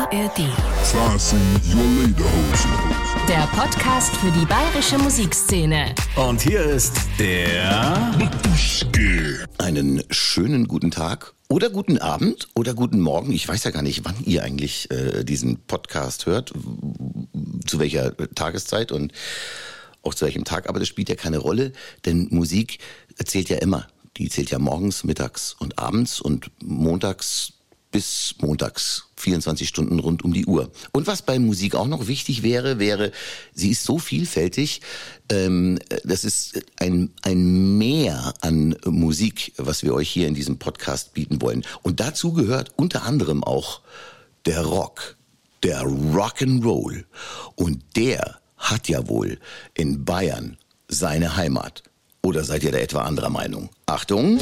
ARD. Fasten your Lederhosen. Der Podcast für die bayerische Musikszene. Und hier ist der Matuschke. Einen schönen guten Tag oder guten Abend oder guten Morgen. Ich weiß ja gar nicht, wann ihr eigentlich diesen Podcast hört, zu welcher Tageszeit und auch zu welchem Tag. Aber das spielt ja keine Rolle, denn Musik zählt ja immer. Die zählt ja morgens, mittags und abends und montags bis montags, 24 Stunden rund um die Uhr. Und was bei Musik auch noch wichtig wäre, sie ist so vielfältig, das ist ein Meer an Musik, was wir euch hier in diesem Podcast bieten wollen. Und dazu gehört unter anderem auch der Rock, der Rock'n'Roll. Und der hat ja wohl in Bayern seine Heimat. Oder seid ihr da etwa anderer Meinung? Achtung!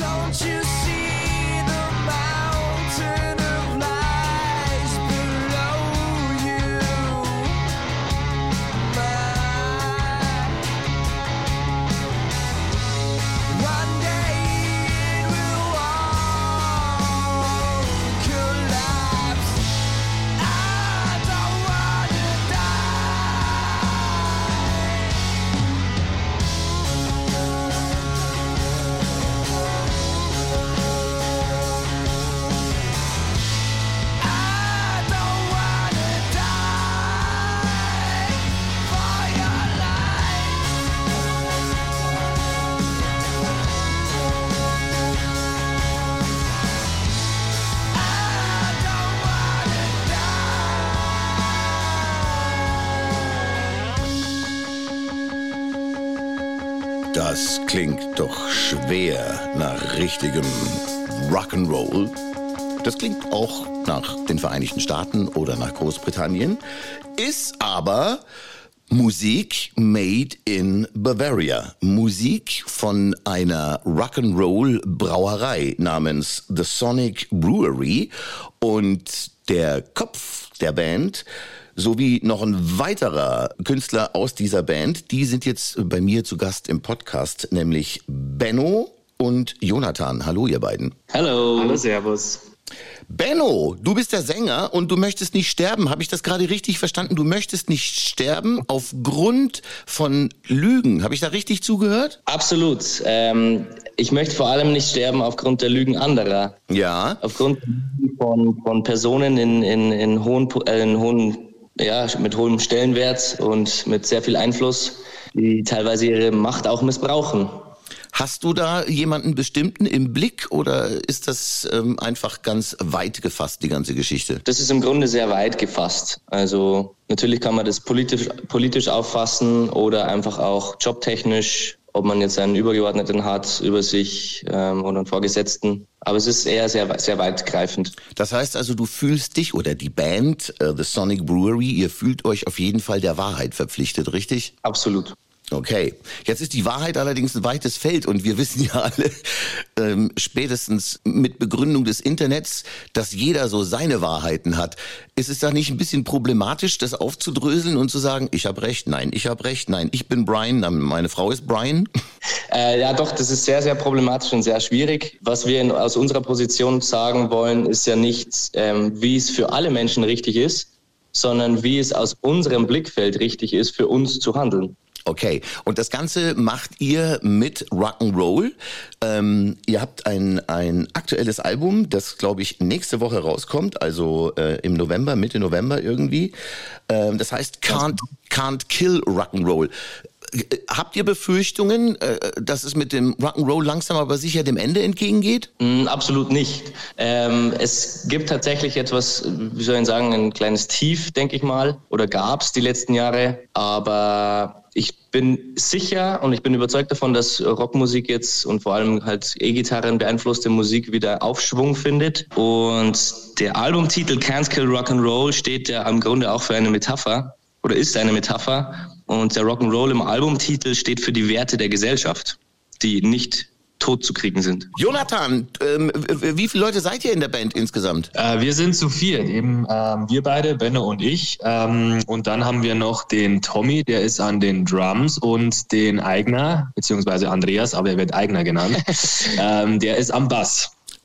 Das klingt doch schwer nach richtigem Rock'n'Roll. Das klingt auch nach den Vereinigten Staaten oder nach Großbritannien, ist aber Musik made in Bavaria. Musik von einer Rock'n'Roll-Brauerei namens The Sonic Brewery. Und der Kopf der Band sowie noch ein weiterer Künstler aus dieser Band, die sind jetzt bei mir zu Gast im Podcast, nämlich Benno und Jonathan. Hallo, ihr beiden. Hallo. Hallo, servus. Benno, du bist der Sänger und du möchtest nicht sterben. Habe ich das gerade richtig verstanden? Du möchtest nicht sterben aufgrund von Lügen. Habe ich da richtig zugehört? Absolut. Ich möchte vor allem nicht sterben aufgrund der Lügen anderer. Ja. Aufgrund von Personen mit hohem Stellenwert und mit sehr viel Einfluss, die teilweise ihre Macht auch missbrauchen. Hast du da jemanden bestimmten im Blick oder ist das einfach ganz weit gefasst, die ganze Geschichte? Das ist im Grunde sehr weit gefasst. Also natürlich kann man das politisch auffassen oder einfach auch jobtechnisch, ob man jetzt einen Übergeordneten hat über sich oder einen Vorgesetzten. Aber es ist eher sehr, sehr weitgreifend. Das heißt also, du fühlst dich oder die Band, The Sonic Brewery, ihr fühlt euch auf jeden Fall der Wahrheit verpflichtet, richtig? Absolut. Okay, jetzt ist die Wahrheit allerdings ein weites Feld und wir wissen ja alle, spätestens mit Begründung des Internets, dass jeder so seine Wahrheiten hat. Ist es da nicht ein bisschen problematisch, das aufzudröseln und zu sagen, ich habe recht, nein, ich habe recht, nein, ich bin Brian, meine Frau ist Brian? Ja doch, das ist sehr, sehr problematisch und sehr schwierig. Was wir aus unserer Position sagen wollen, ist ja nicht, wie es für alle Menschen richtig ist, sondern wie es aus unserem Blickfeld richtig ist, für uns zu handeln. Okay, und das Ganze macht ihr mit Rock'n'Roll. Ihr habt ein aktuelles Album, das, glaube ich, nächste Woche rauskommt, also im November, Mitte November irgendwie. Das heißt Can't Kill Rock'n'Roll. Habt ihr Befürchtungen, dass es mit dem Rock'n'Roll langsam aber sicher dem Ende entgegengeht? Absolut nicht. Es gibt tatsächlich etwas, wie soll ich sagen, ein kleines Tief, denke ich mal, oder gab es die letzten Jahre, aber ich bin sicher und ich bin überzeugt davon, dass Rockmusik jetzt und vor allem halt E-Gitarren beeinflusste Musik wieder Aufschwung findet. Und der Albumtitel Can't Kill Rock'n'Roll steht ja im Grunde auch für eine Metapher oder ist eine Metapher. Und der Rock'n'Roll im Albumtitel steht für die Werte der Gesellschaft, die nicht tot zu kriegen sind. Jonathan, wie viele Leute seid ihr in der Band insgesamt? Wir sind zu viert, eben wir beide, Benno und ich. Und dann haben wir noch den Tommy, der ist an den Drums, und den Eigner, beziehungsweise Andreas, aber er wird Eigner genannt, der ist am Bass.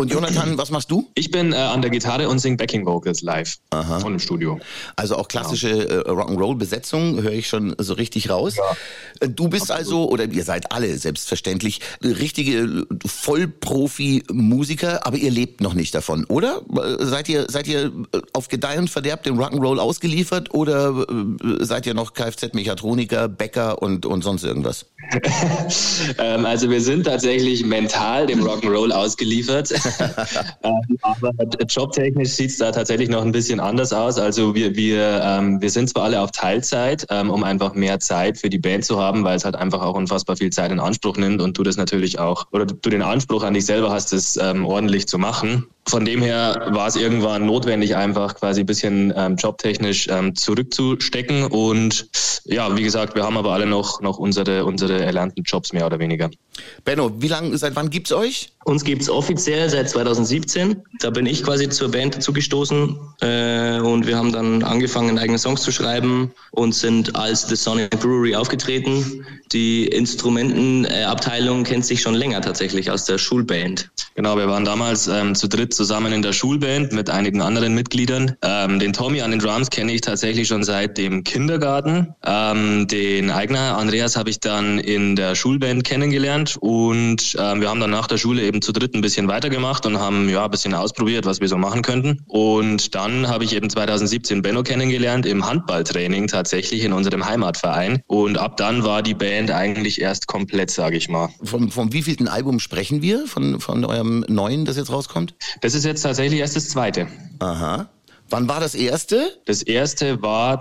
Und Jonathan, was machst du? Ich bin an der Gitarre und sing Backing Vocals live und im Studio. Also auch klassische Rock'n'Roll-Besetzung, höre ich schon so richtig raus. Ja, du bist also, oder ihr seid alle selbstverständlich, richtige Vollprofi-Musiker, aber ihr lebt noch nicht davon, oder? Seid ihr auf Gedeih und Verderb dem Rock'n'Roll ausgeliefert oder seid ihr noch Kfz-Mechatroniker, Bäcker und sonst irgendwas? Also wir sind tatsächlich mental dem Rock'n'Roll ausgeliefert, aber jobtechnisch sieht es da tatsächlich noch ein bisschen anders aus. Also wir sind zwar alle auf Teilzeit, um einfach mehr Zeit für die Band zu haben, weil es halt einfach auch unfassbar viel Zeit in Anspruch nimmt und du das natürlich auch, oder du den Anspruch an dich selber hast, das ordentlich zu machen. Von dem her war es irgendwann notwendig, einfach quasi ein bisschen jobtechnisch zurückzustecken. Und ja, wie gesagt, wir haben aber alle noch unsere erlernten Jobs mehr oder weniger. Benno, seit wann gibt's euch? Uns gibt's offiziell seit 2017. Da bin ich quasi zur Band dazugestoßen und wir haben dann angefangen, eigene Songs zu schreiben und sind als The Sonic Brewery aufgetreten. Die Instrumentenabteilung kennt sich schon länger tatsächlich aus der Schulband. Genau, wir waren damals zu dritt zusammen in der Schulband mit einigen anderen Mitgliedern. Den Tommy an den Drums kenne ich tatsächlich schon seit dem Kindergarten. Den Eigner Andreas habe ich dann in der Schulband kennengelernt und wir haben dann nach der Schule eben zu dritt ein bisschen weitergemacht und haben ein bisschen ausprobiert, was wir so machen könnten. Und dann habe ich eben 2017 Benno kennengelernt im Handballtraining tatsächlich in unserem Heimatverein. Und ab dann war die Band eigentlich erst komplett, sage ich mal. Von wievielten Album sprechen wir? Von eurem neuen, das jetzt rauskommt? Das ist jetzt tatsächlich erst das zweite. Aha. Wann war das erste? Das erste war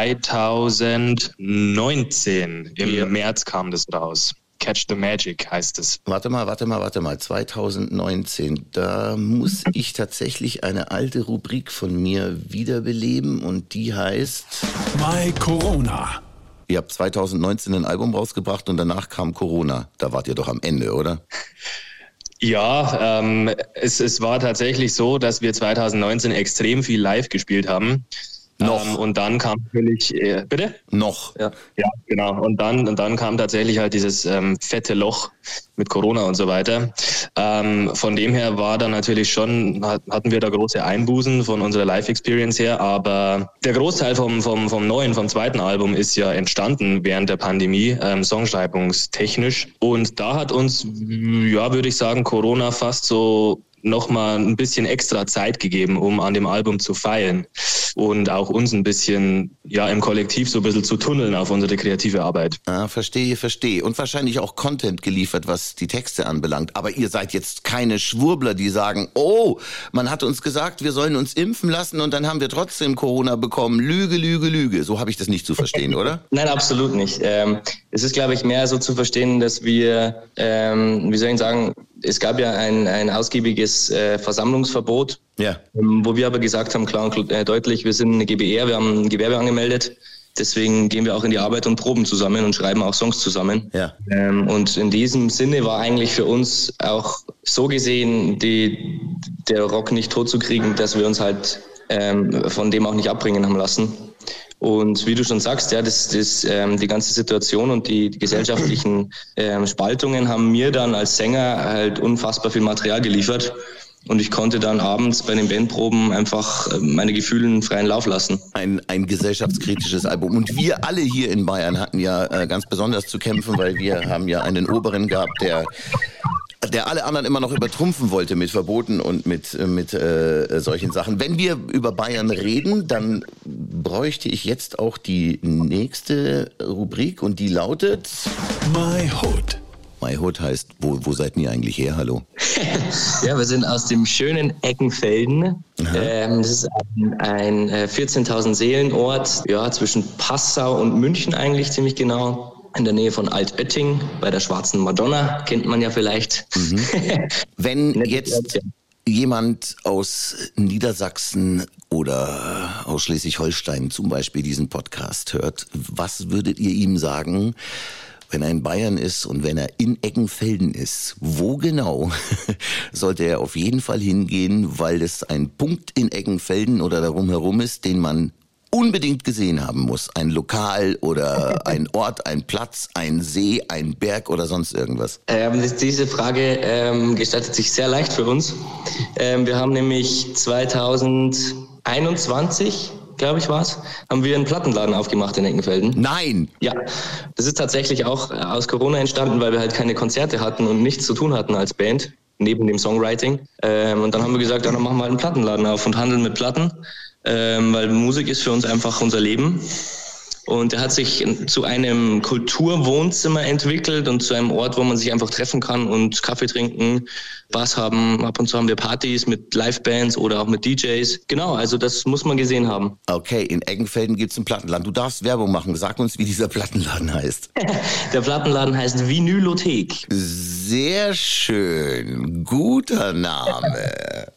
2019. Im März kam das raus. Catch the Magic heißt es. Warte mal. 2019. Da muss ich tatsächlich eine alte Rubrik von mir wiederbeleben und die heißt My Corona. Ihr habt 2019 ein Album rausgebracht und danach kam Corona. Da wart ihr doch am Ende, oder? Ja, es war tatsächlich so, dass wir 2019 extrem viel live gespielt haben. Noch. Und dann kam natürlich, bitte? Noch. Ja, genau. Und dann kam tatsächlich halt dieses fette Loch mit Corona und so weiter. Von dem her war dann natürlich schon, hatten wir da große Einbußen von unserer Live-Experience her, aber der Großteil vom zweiten Album ist ja entstanden während der Pandemie, songschreibungstechnisch. Und da hat uns, würde ich sagen, Corona fast so nochmal ein bisschen extra Zeit gegeben, um an dem Album zu feilen und auch uns ein bisschen im Kollektiv so ein bisschen zu tunneln auf unsere kreative Arbeit. Ah, verstehe. Und wahrscheinlich auch Content geliefert, was die Texte anbelangt. Aber ihr seid jetzt keine Schwurbler, die sagen, oh, man hat uns gesagt, wir sollen uns impfen lassen und dann haben wir trotzdem Corona bekommen. Lüge. So habe ich das nicht zu verstehen, oder? Nein, absolut nicht. Es ist, glaube ich, mehr so zu verstehen, dass wir, es gab ja ein ausgiebiges Versammlungsverbot, wo wir aber gesagt haben, klar und deutlich, wir sind eine GbR, wir haben ein Gewerbe angemeldet, deswegen gehen wir auch in die Arbeit und proben zusammen und schreiben auch Songs zusammen. Ja. Und in diesem Sinne war eigentlich für uns auch so gesehen, der Rock nicht totzukriegen, dass wir uns halt von dem auch nicht abbringen haben lassen. Und wie du schon sagst, die ganze Situation und die gesellschaftlichen Spaltungen haben mir dann als Sänger halt unfassbar viel Material geliefert. Und ich konnte dann abends bei den Bandproben einfach meine Gefühle freien Lauf lassen. Ein gesellschaftskritisches Album. Und wir alle hier in Bayern hatten ja ganz besonders zu kämpfen, weil wir haben ja einen Oberen gehabt, der alle anderen immer noch übertrumpfen wollte mit Verboten und mit solchen Sachen. Wenn wir über Bayern reden, dann bräuchte ich jetzt auch die nächste Rubrik und die lautet My Hood. My Hood heißt, wo seid ihr eigentlich her? Hallo? Ja, wir sind aus dem schönen Eckenfelden. Das ist ein 14.000 Seelenort, zwischen Passau und München eigentlich ziemlich genau. In der Nähe von Altötting, bei der Schwarzen Madonna, kennt man ja vielleicht. Mhm. Wenn jetzt jemand aus Niedersachsen oder aus Schleswig-Holstein zum Beispiel diesen Podcast hört, was würdet ihr ihm sagen, wenn er in Bayern ist und wenn er in Eckenfelden ist? Wo genau sollte er auf jeden Fall hingehen, weil es ein Punkt in Eckenfelden oder darum herum ist, den man unbedingt gesehen haben muss? Ein Lokal oder ein Ort, ein Platz, ein See, ein Berg oder sonst irgendwas? Diese Frage gestaltet sich sehr leicht für uns. Wir haben nämlich 2021, glaube ich war's, haben wir einen Plattenladen aufgemacht in Eckenfelden. Nein! Ja, das ist tatsächlich auch aus Corona entstanden, weil wir halt keine Konzerte hatten und nichts zu tun hatten als Band, neben dem Songwriting. Und dann haben wir gesagt, dann machen wir halt einen Plattenladen auf und handeln mit Platten, weil Musik ist für uns einfach unser Leben. Und er hat sich zu einem Kulturwohnzimmer entwickelt und zu einem Ort, wo man sich einfach treffen kann und Kaffee trinken, Spaß haben. Ab und zu haben wir Partys mit Livebands oder auch mit DJs. Genau, also das muss man gesehen haben. Okay, in Eggenfelden gibt's einen Plattenladen. Du darfst Werbung machen. Sag uns, wie dieser Plattenladen heißt. Der Plattenladen heißt Vinylothek. Sehr schön. Guter Name.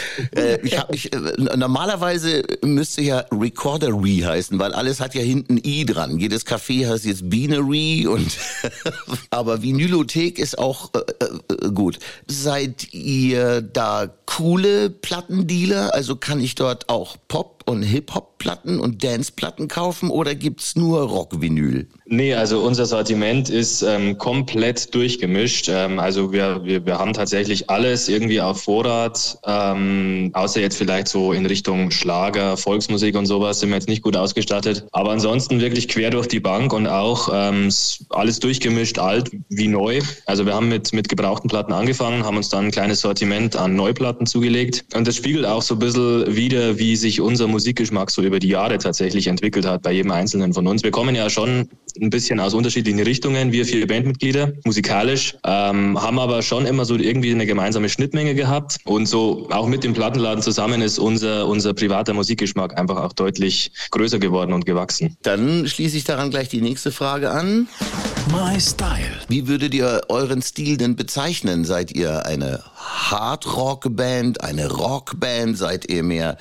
Normalerweise müsste ja Recordery heißen, weil alles hat ja hinten I dran. Jedes Café heißt jetzt Beanery und aber Vinylothek ist auch gut. Seid ihr da coole Plattendealer? Also kann ich dort auch Pop- und Hip-Hop-Platten und Dance-Platten kaufen oder gibt's nur Rock-Vinyl? Nee, also unser Sortiment ist komplett durchgemischt. Also wir haben tatsächlich alles irgendwie auf Vorrat, außer jetzt vielleicht so in Richtung Schlager, Volksmusik und sowas sind wir jetzt nicht gut ausgestattet. Aber ansonsten wirklich quer durch die Bank und auch alles durchgemischt, alt wie neu. Also wir haben mit gebrauchten Platten angefangen, haben uns dann ein kleines Sortiment an Neuplatten zugelegt. Und das spiegelt auch so ein bisschen wider, wie sich unser Musikgeschmack so über die Jahre tatsächlich entwickelt hat bei jedem Einzelnen von uns. Wir kommen ja schon ein bisschen aus unterschiedlichen Richtungen, wir 4 Bandmitglieder, musikalisch, haben aber schon immer so irgendwie eine gemeinsame Schnittmenge gehabt und so auch mit dem Plattenladen zusammen ist unser privater Musikgeschmack einfach auch deutlich größer geworden und gewachsen. Dann schließe ich daran gleich die nächste Frage an. My Style. Wie würdet ihr euren Stil denn bezeichnen? Seid ihr eine Hard-Rock-Band, eine Rockband? Seid ihr mehr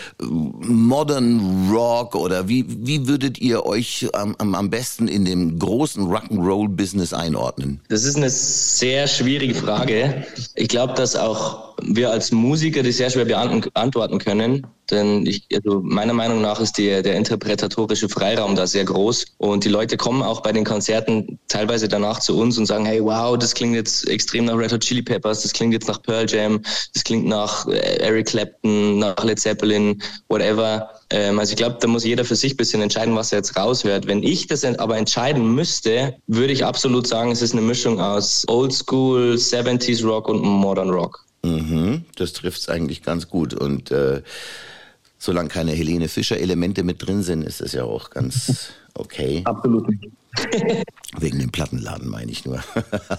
Modern Rock? Oder wie würdet ihr euch am besten in dem großen Rock'n'Roll-Business einordnen? Das ist eine sehr schwierige Frage. Ich glaube, dass auch wir als Musiker die sehr schwer beantworten können. Denn meiner Meinung nach ist der interpretatorische Freiraum da sehr groß. Und die Leute kommen auch bei den Konzerten teilweise danach zu uns und sagen, hey, wow, das klingt jetzt extrem nach Red Hot Chili Peppers, das klingt jetzt nach Pearl Jam, das klingt nach Eric Clapton, nach Led Zeppelin, whatever. Also ich glaube, da muss jeder für sich ein bisschen entscheiden, was er jetzt raushört. Wenn ich das aber entscheiden müsste, würde ich absolut sagen, es ist eine Mischung aus Oldschool, 70s Rock und Modern Rock. Mhm, das trifft's eigentlich ganz gut. Und solange keine Helene Fischer-Elemente mit drin sind, ist es ja auch ganz okay. Absolut nicht. Wegen dem Plattenladen meine ich nur.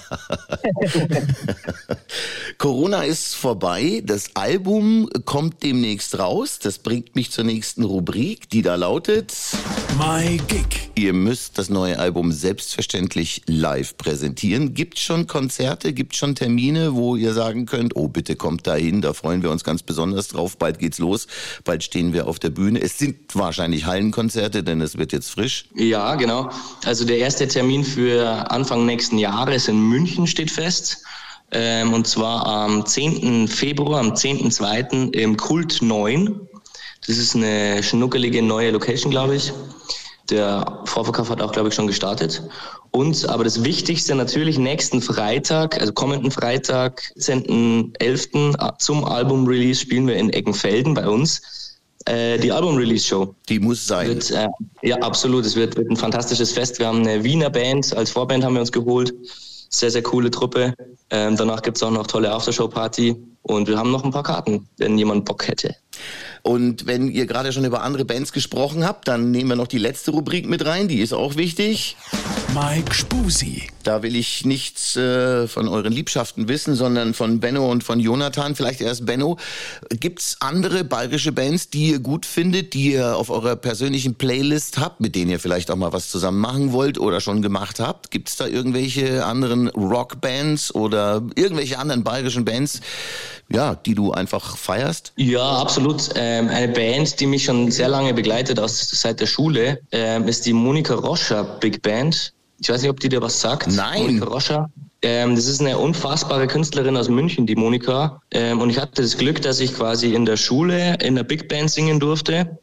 Corona ist vorbei, das Album kommt demnächst raus. Das bringt mich zur nächsten Rubrik, die da lautet My Gig. Ihr müsst das neue Album selbstverständlich live präsentieren. Gibt schon Konzerte, gibt schon Termine, wo ihr sagen könnt, oh bitte kommt da hin, da freuen wir uns ganz besonders drauf, bald geht's los, bald stehen wir auf der Bühne. Es sind wahrscheinlich Hallenkonzerte, denn es wird jetzt frisch. Ja, genau. Also der erste Termin für Anfang nächsten Jahres in München steht fest. Und zwar am 10. Februar, am 10.2. im Kult 9. Das ist eine schnuckelige neue Location, glaube ich. Der Vorverkauf hat auch, glaube ich, schon gestartet. Aber das Wichtigste natürlich nächsten Freitag, also kommenden Freitag, 10.11. zum Album-Release spielen wir in Eckenfelden bei uns. Die Album-Release-Show. Die muss sein. Ja, absolut. Es wird ein fantastisches Fest. Wir haben eine Wiener Band, als Vorband haben wir uns geholt. Sehr, sehr coole Truppe. Danach gibt's auch noch tolle Aftershow-Party. Und wir haben noch ein paar Karten, wenn jemand Bock hätte. Und wenn ihr gerade schon über andere Bands gesprochen habt, dann nehmen wir noch die letzte Rubrik mit rein. Die ist auch wichtig. Mike Spusi. Da will ich nichts von euren Liebschaften wissen, sondern von Benno und von Jonathan. Vielleicht erst Benno. Gibt's andere bayerische Bands, die ihr gut findet, die ihr auf eurer persönlichen Playlist habt, mit denen ihr vielleicht auch mal was zusammen machen wollt oder schon gemacht habt? Gibt's da irgendwelche anderen Rockbands oder irgendwelche anderen bayerischen Bands, ja, die du einfach feierst? Ja, absolut. Eine Band, die mich schon sehr lange begleitet, seit der Schule, ist die Monika Roscher Big Band. Ich weiß nicht, ob die dir was sagt. Nein. Monika Roscher. Das ist eine unfassbare Künstlerin aus München, die Monika. Und ich hatte das Glück, dass ich quasi in der Schule in der Big Band singen durfte.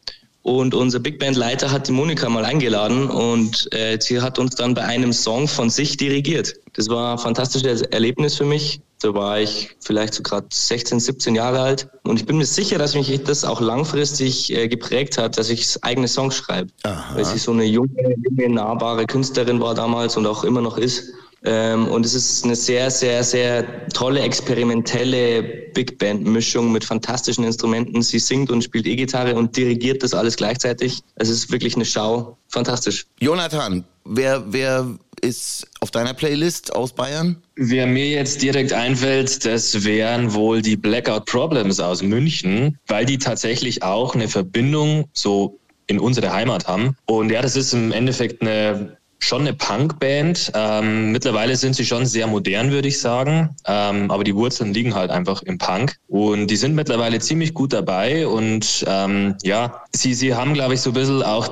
Und unser Big Band Leiter hat die Monika mal eingeladen und sie hat uns dann bei einem Song von sich dirigiert. Das war ein fantastisches Erlebnis für mich. Da war ich vielleicht so gerade 16, 17 Jahre alt. Und ich bin mir sicher, dass mich das auch langfristig geprägt hat, dass ich eigene Songs schreibe. Aha. Weil sie so eine junge, nahbare Künstlerin war damals und auch immer noch ist. Und es ist eine sehr, sehr, sehr tolle, experimentelle Big Band-Mischung mit fantastischen Instrumenten. Sie singt und spielt E-Gitarre und dirigiert das alles gleichzeitig. Es ist wirklich eine Schau. Fantastisch. Jonathan, wer ist auf deiner Playlist aus Bayern? Wer mir jetzt direkt einfällt, das wären wohl die Blackout Problems aus München, weil die tatsächlich auch eine Verbindung so in unsere Heimat haben. Und ja, das ist im Endeffekt schon eine Punkband. Mittlerweile sind sie schon sehr modern, würde ich sagen. Aber die Wurzeln liegen halt einfach im Punk. Und die sind mittlerweile ziemlich gut dabei. Und sie haben, glaube ich, so ein bisschen auch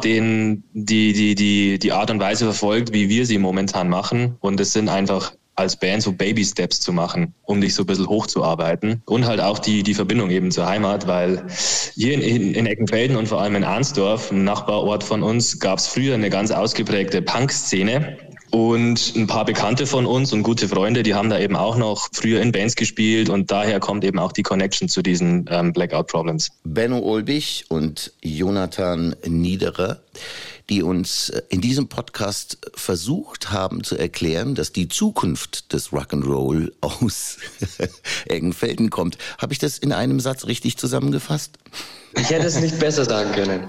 die Art und Weise verfolgt, wie wir sie momentan machen. Und es sind einfach als Band so Baby-Steps zu machen, um dich so ein bisschen hochzuarbeiten. Und halt auch die Verbindung eben zur Heimat, weil hier in Eckenfelden und vor allem in Arnsdorf, ein Nachbarort von uns, gab es früher eine ganz ausgeprägte Punk-Szene. Und ein paar Bekannte von uns und gute Freunde, die haben da eben auch noch früher in Bands gespielt und daher kommt eben auch die Connection zu diesen Blackout Problems. Benno Olbich und Jonathan Niederer, die uns in diesem Podcast versucht haben zu erklären, dass die Zukunft des Rock'n'Roll aus Eggenfelden kommt. Habe ich das in einem Satz richtig zusammengefasst? Ich hätte es nicht besser sagen können.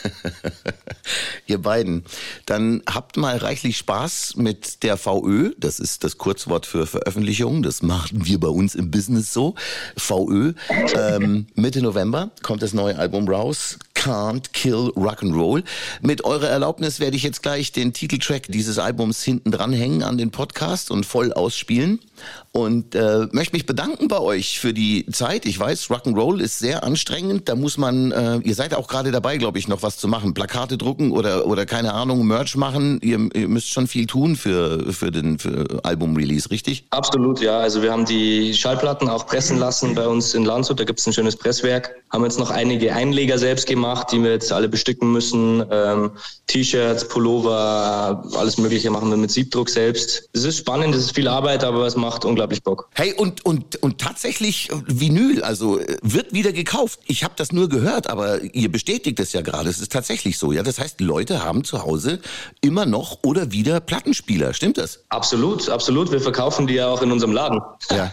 Ihr beiden, dann habt mal reichlich Spaß mit der VÖ, das ist das Kurzwort für Veröffentlichung, das machen wir bei uns im Business so, VÖ. Mitte November kommt das neue Album raus, Can't Kill Rock'n'Roll. Mit eurer Erlaubnis werde ich jetzt gleich den Titeltrack dieses Albums hinten dran hängen an den Podcast und voll ausspielen. Und möchte mich bedanken bei euch für die Zeit. Ich weiß, Rock'n'Roll ist sehr anstrengend. Da muss man, ihr seid auch gerade dabei, glaube ich, noch was zu machen. Plakate drucken oder keine Ahnung, Merch machen. Ihr müsst schon viel tun für Album-Release, richtig? Absolut, ja. Also wir haben die Schallplatten auch pressen lassen bei uns in Landshut. Da gibt es ein schönes Presswerk. Haben jetzt noch einige Einleger selbst gemacht, die wir jetzt alle bestücken müssen. T-Shirts, Pullover, alles Mögliche machen wir mit Siebdruck selbst. Es ist spannend, es ist viel Arbeit, aber es macht unglaublich Bock. Hey, und tatsächlich Vinyl, also wird wieder gekauft. Ich habe das nur gehört, aber ihr bestätigt es ja gerade. Es ist tatsächlich so, ja. Das heißt, Leute haben zu Hause immer noch oder wieder Plattenspieler. Stimmt das? Absolut, absolut. Wir verkaufen die ja auch in unserem Laden. Ja.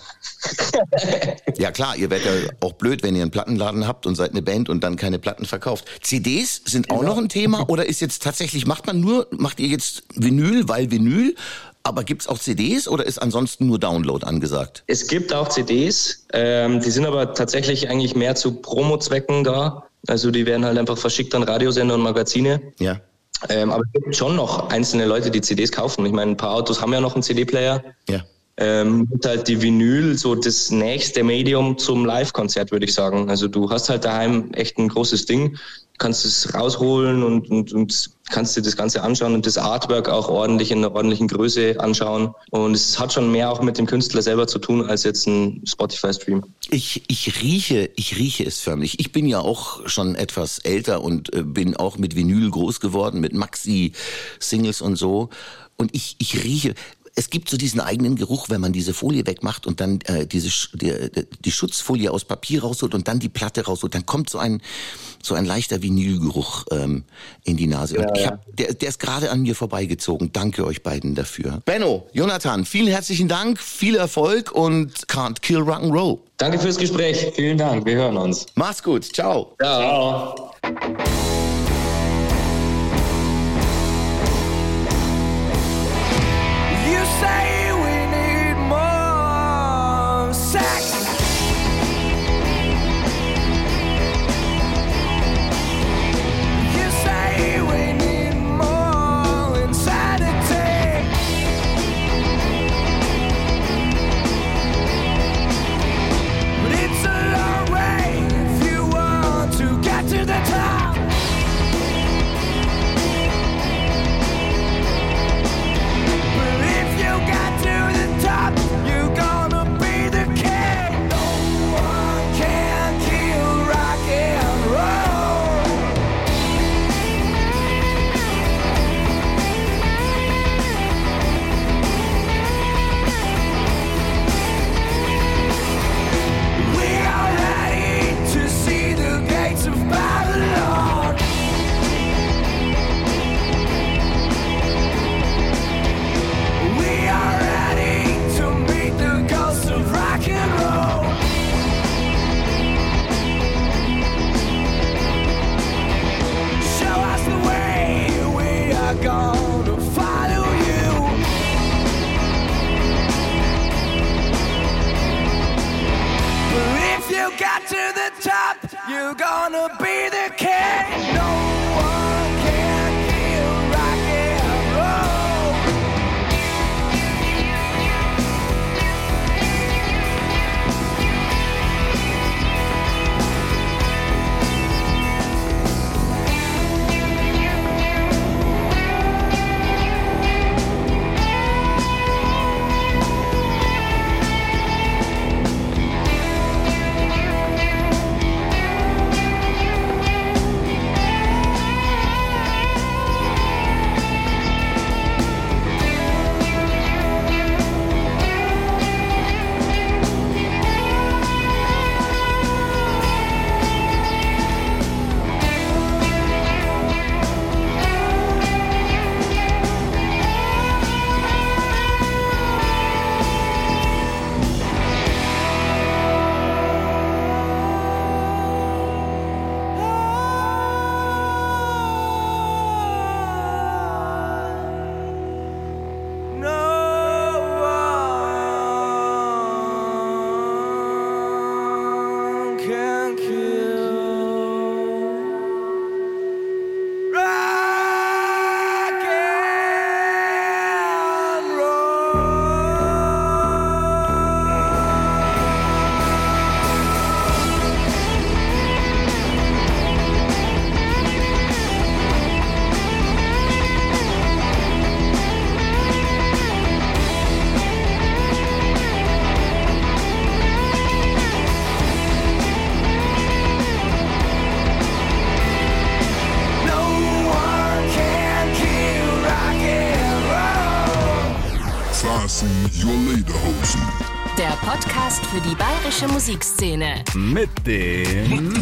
Ja klar, ihr werdet ja auch blöd, wenn ihr einen Plattenladen habt und seid eine Band und dann keine Platten verkauft. CDs sind auch noch ein Thema oder ist jetzt tatsächlich, macht ihr jetzt Vinyl, weil Vinyl, aber gibt's auch CDs oder ist ansonsten nur Download angesagt? Es gibt auch CDs, die sind aber tatsächlich eigentlich mehr zu Promo-Zwecken da. Also die werden halt einfach verschickt an Radiosender und Magazine. Ja. Aber es gibt schon noch einzelne Leute, die CDs kaufen. Ich meine, ein paar Autos haben ja noch einen CD-Player. Ja. Ist halt die Vinyl so das nächste Medium zum Live-Konzert, würde ich sagen. Also du hast halt daheim echt ein großes Ding, kannst es rausholen und kannst dir das Ganze anschauen und das Artwork auch ordentlich in einer ordentlichen Größe anschauen. Und es hat schon mehr auch mit dem Künstler selber zu tun als jetzt ein Spotify-Stream. Ich rieche es förmlich. Ich bin ja auch schon etwas älter und bin auch mit Vinyl groß geworden, mit Maxi-Singles und so. Und ich rieche... Es gibt so diesen eigenen Geruch, wenn man diese Folie wegmacht und dann die Schutzfolie aus Papier rausholt und dann die Platte rausholt, dann kommt so ein leichter Vinylgeruch in die Nase. Und der ist gerade an mir vorbeigezogen. Danke euch beiden dafür. Benno, Jonathan, vielen herzlichen Dank, viel Erfolg und Can't Kill Rock'n'Roll. Danke fürs Gespräch. Vielen Dank, wir hören uns. Mach's gut, ciao. Ciao. To the top. the top, you're gonna be the king. No one can kill rock and roll. Fasten your lederhosen. Der Podcast für die bayerische Musikszene. Mit dem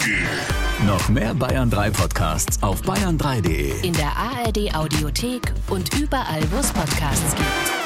noch mehr Bayern 3 Podcasts auf bayern3.de. In der ARD Audiothek und überall, wo es Podcasts gibt.